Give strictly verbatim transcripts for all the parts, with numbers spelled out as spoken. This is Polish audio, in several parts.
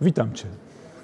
Witam Cię.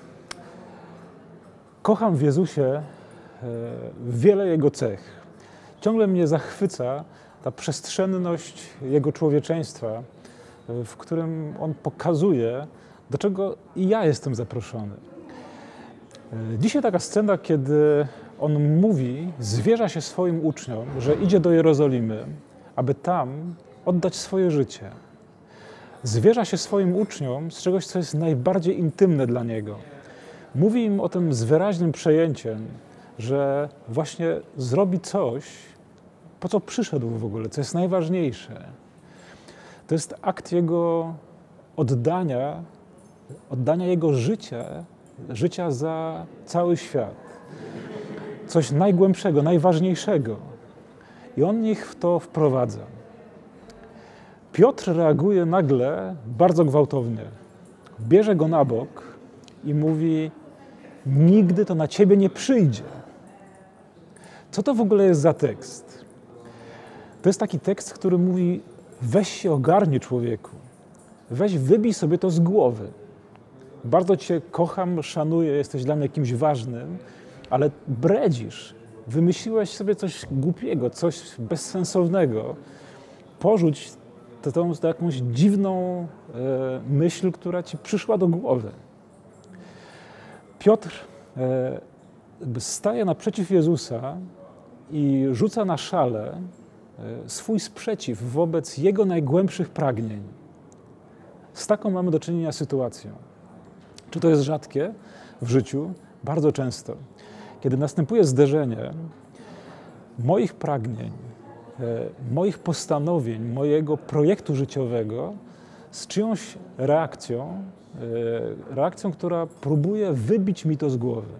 Kocham w Jezusie wiele Jego cech. Ciągle mnie zachwyca ta przestrzenność Jego człowieczeństwa, w którym On pokazuje, do czego i ja jestem zaproszony. Dzisiaj taka scena, kiedy On mówi, zwierza się swoim uczniom, że idzie do Jerozolimy, aby tam oddać swoje życie. Zwierza się swoim uczniom z czegoś, co jest najbardziej intymne dla Niego. Mówi im o tym z wyraźnym przejęciem, że właśnie zrobi coś, po co przyszedł w ogóle, co jest najważniejsze. To jest akt Jego oddania, oddania Jego życia, życia za cały świat. Coś najgłębszego, najważniejszego. I On ich w to wprowadza. Piotr reaguje nagle bardzo gwałtownie. Bierze go na bok i mówi: nigdy to na ciebie nie przyjdzie. Co to w ogóle jest za tekst? To jest taki tekst, który mówi: weź się ogarnij, człowieku. Weź wybij sobie to z głowy. Bardzo cię kocham, szanuję, jesteś dla mnie kimś ważnym, ale bredzisz. Wymyśliłeś sobie coś głupiego, coś bezsensownego. Porzuć to tą jakąś dziwną e, myśl, która ci przyszła do głowy. Piotr e, staje naprzeciw Jezusa i rzuca na szale e, swój sprzeciw wobec Jego najgłębszych pragnień. Z taką mamy do czynienia sytuacją. Czy to jest rzadkie w życiu? Bardzo często. Kiedy następuje zderzenie moich pragnień, moich postanowień, mojego projektu życiowego z czyjąś reakcją, reakcją, która próbuje wybić mi to z głowy.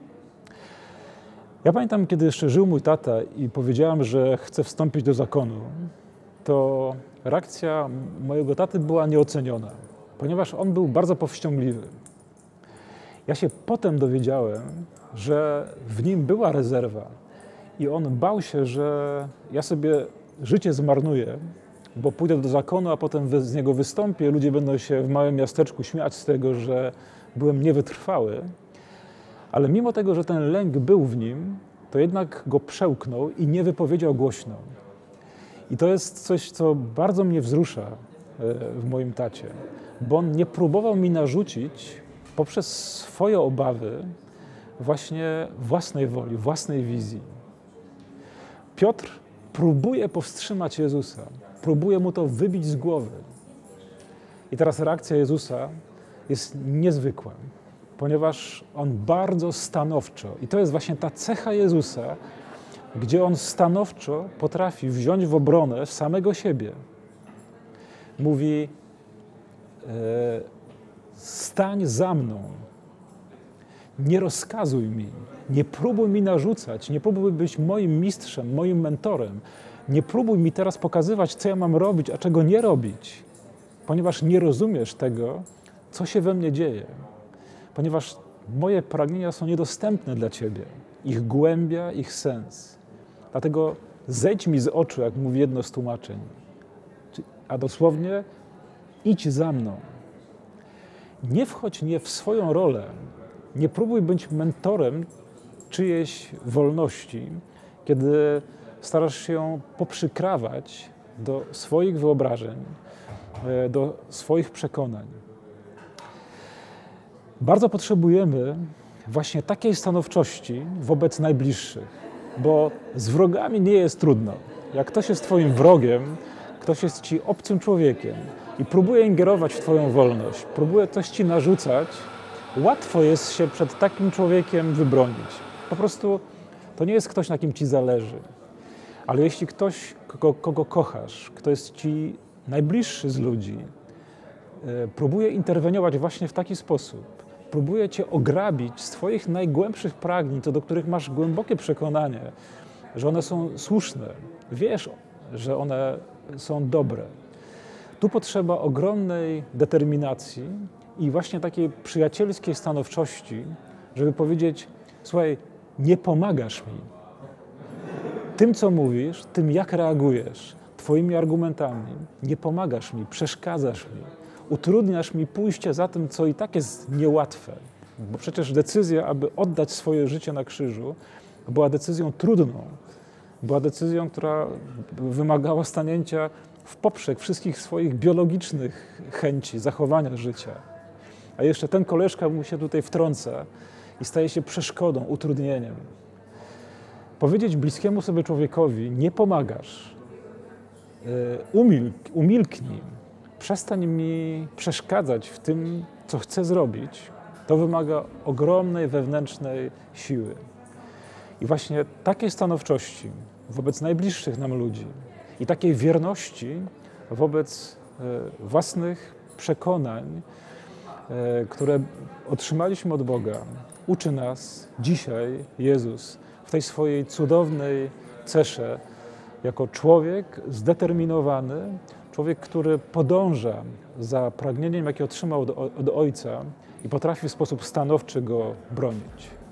Ja pamiętam, kiedy jeszcze żył mój tata i powiedziałem, że chcę wstąpić do zakonu, to reakcja mojego taty była nieoceniona, ponieważ on był bardzo powściągliwy. Ja się potem dowiedziałem, że w nim była rezerwa i on bał się, że ja sobie życie zmarnuję, bo pójdę do zakonu, a potem z niego wystąpię, ludzie będą się w małym miasteczku śmiać z tego, że byłem niewytrwały. Ale mimo tego, że ten lęk był w nim, to jednak go przełknął i nie wypowiedział głośno. I to jest coś, co bardzo mnie wzrusza w moim tacie, bo on nie próbował mi narzucić poprzez swoje obawy właśnie własnej woli, własnej wizji. Piotr próbuje powstrzymać Jezusa, próbuje mu to wybić z głowy. I teraz reakcja Jezusa jest niezwykła, ponieważ On bardzo stanowczo, i to jest właśnie ta cecha Jezusa, gdzie On stanowczo potrafi wziąć w obronę samego siebie. Mówi: e, stań za mną, nie rozkazuj mi, nie próbuj mi narzucać, nie próbuj być moim mistrzem, moim mentorem. Nie próbuj mi teraz pokazywać, co ja mam robić, a czego nie robić, ponieważ nie rozumiesz tego, co się we mnie dzieje. Ponieważ moje pragnienia są niedostępne dla Ciebie, ich głębia, ich sens. Dlatego zejdź mi z oczu, jak mówi jedno z tłumaczeń, a dosłownie idź za mną. Nie wchodź nie w swoją rolę, nie próbuj być mentorem czyjejś wolności, kiedy starasz się ją poprzykrawać do swoich wyobrażeń, do swoich przekonań. Bardzo potrzebujemy właśnie takiej stanowczości wobec najbliższych, bo z wrogami nie jest trudno. Jak ktoś jest twoim wrogiem, ktoś jest ci obcym człowiekiem i próbuje ingerować w twoją wolność, próbuje coś ci narzucać, łatwo jest się przed takim człowiekiem wybronić. Po prostu to nie jest ktoś, na kim ci zależy. Ale jeśli ktoś, kogo, kogo kochasz, kto jest ci najbliższy z ludzi, e, próbuje interweniować właśnie w taki sposób, próbuje cię ograbić z twoich najgłębszych pragnień, co do których masz głębokie przekonanie, że one są słuszne, wiesz, że one są dobre. Tu potrzeba ogromnej determinacji i właśnie takiej przyjacielskiej stanowczości, żeby powiedzieć: słuchaj, nie pomagasz mi. Tym, co mówisz, tym, jak reagujesz, twoimi argumentami, nie pomagasz mi, przeszkadzasz mi. utrudniasz mi pójście za tym, co i tak jest niełatwe. Bo przecież decyzja, aby oddać swoje życie na krzyżu, była decyzją trudną. Była decyzją, która wymagała stanięcia w poprzek wszystkich swoich biologicznych chęci, zachowania życia. A jeszcze ten koleżka mu się tutaj wtrąca i staje się przeszkodą, utrudnieniem. Powiedzieć bliskiemu sobie człowiekowi: nie pomagasz, umilk, umilknij, przestań mi przeszkadzać w tym, co chcę zrobić, to wymaga ogromnej wewnętrznej siły. I właśnie takiej stanowczości wobec najbliższych nam ludzi i takiej wierności wobec własnych przekonań, które otrzymaliśmy od Boga, uczy nas dzisiaj Jezus w tej swojej cudownej cesze, jako człowiek zdeterminowany, człowiek, który podąża za pragnieniem, jakie otrzymał od, od Ojca i potrafi w sposób stanowczy go bronić.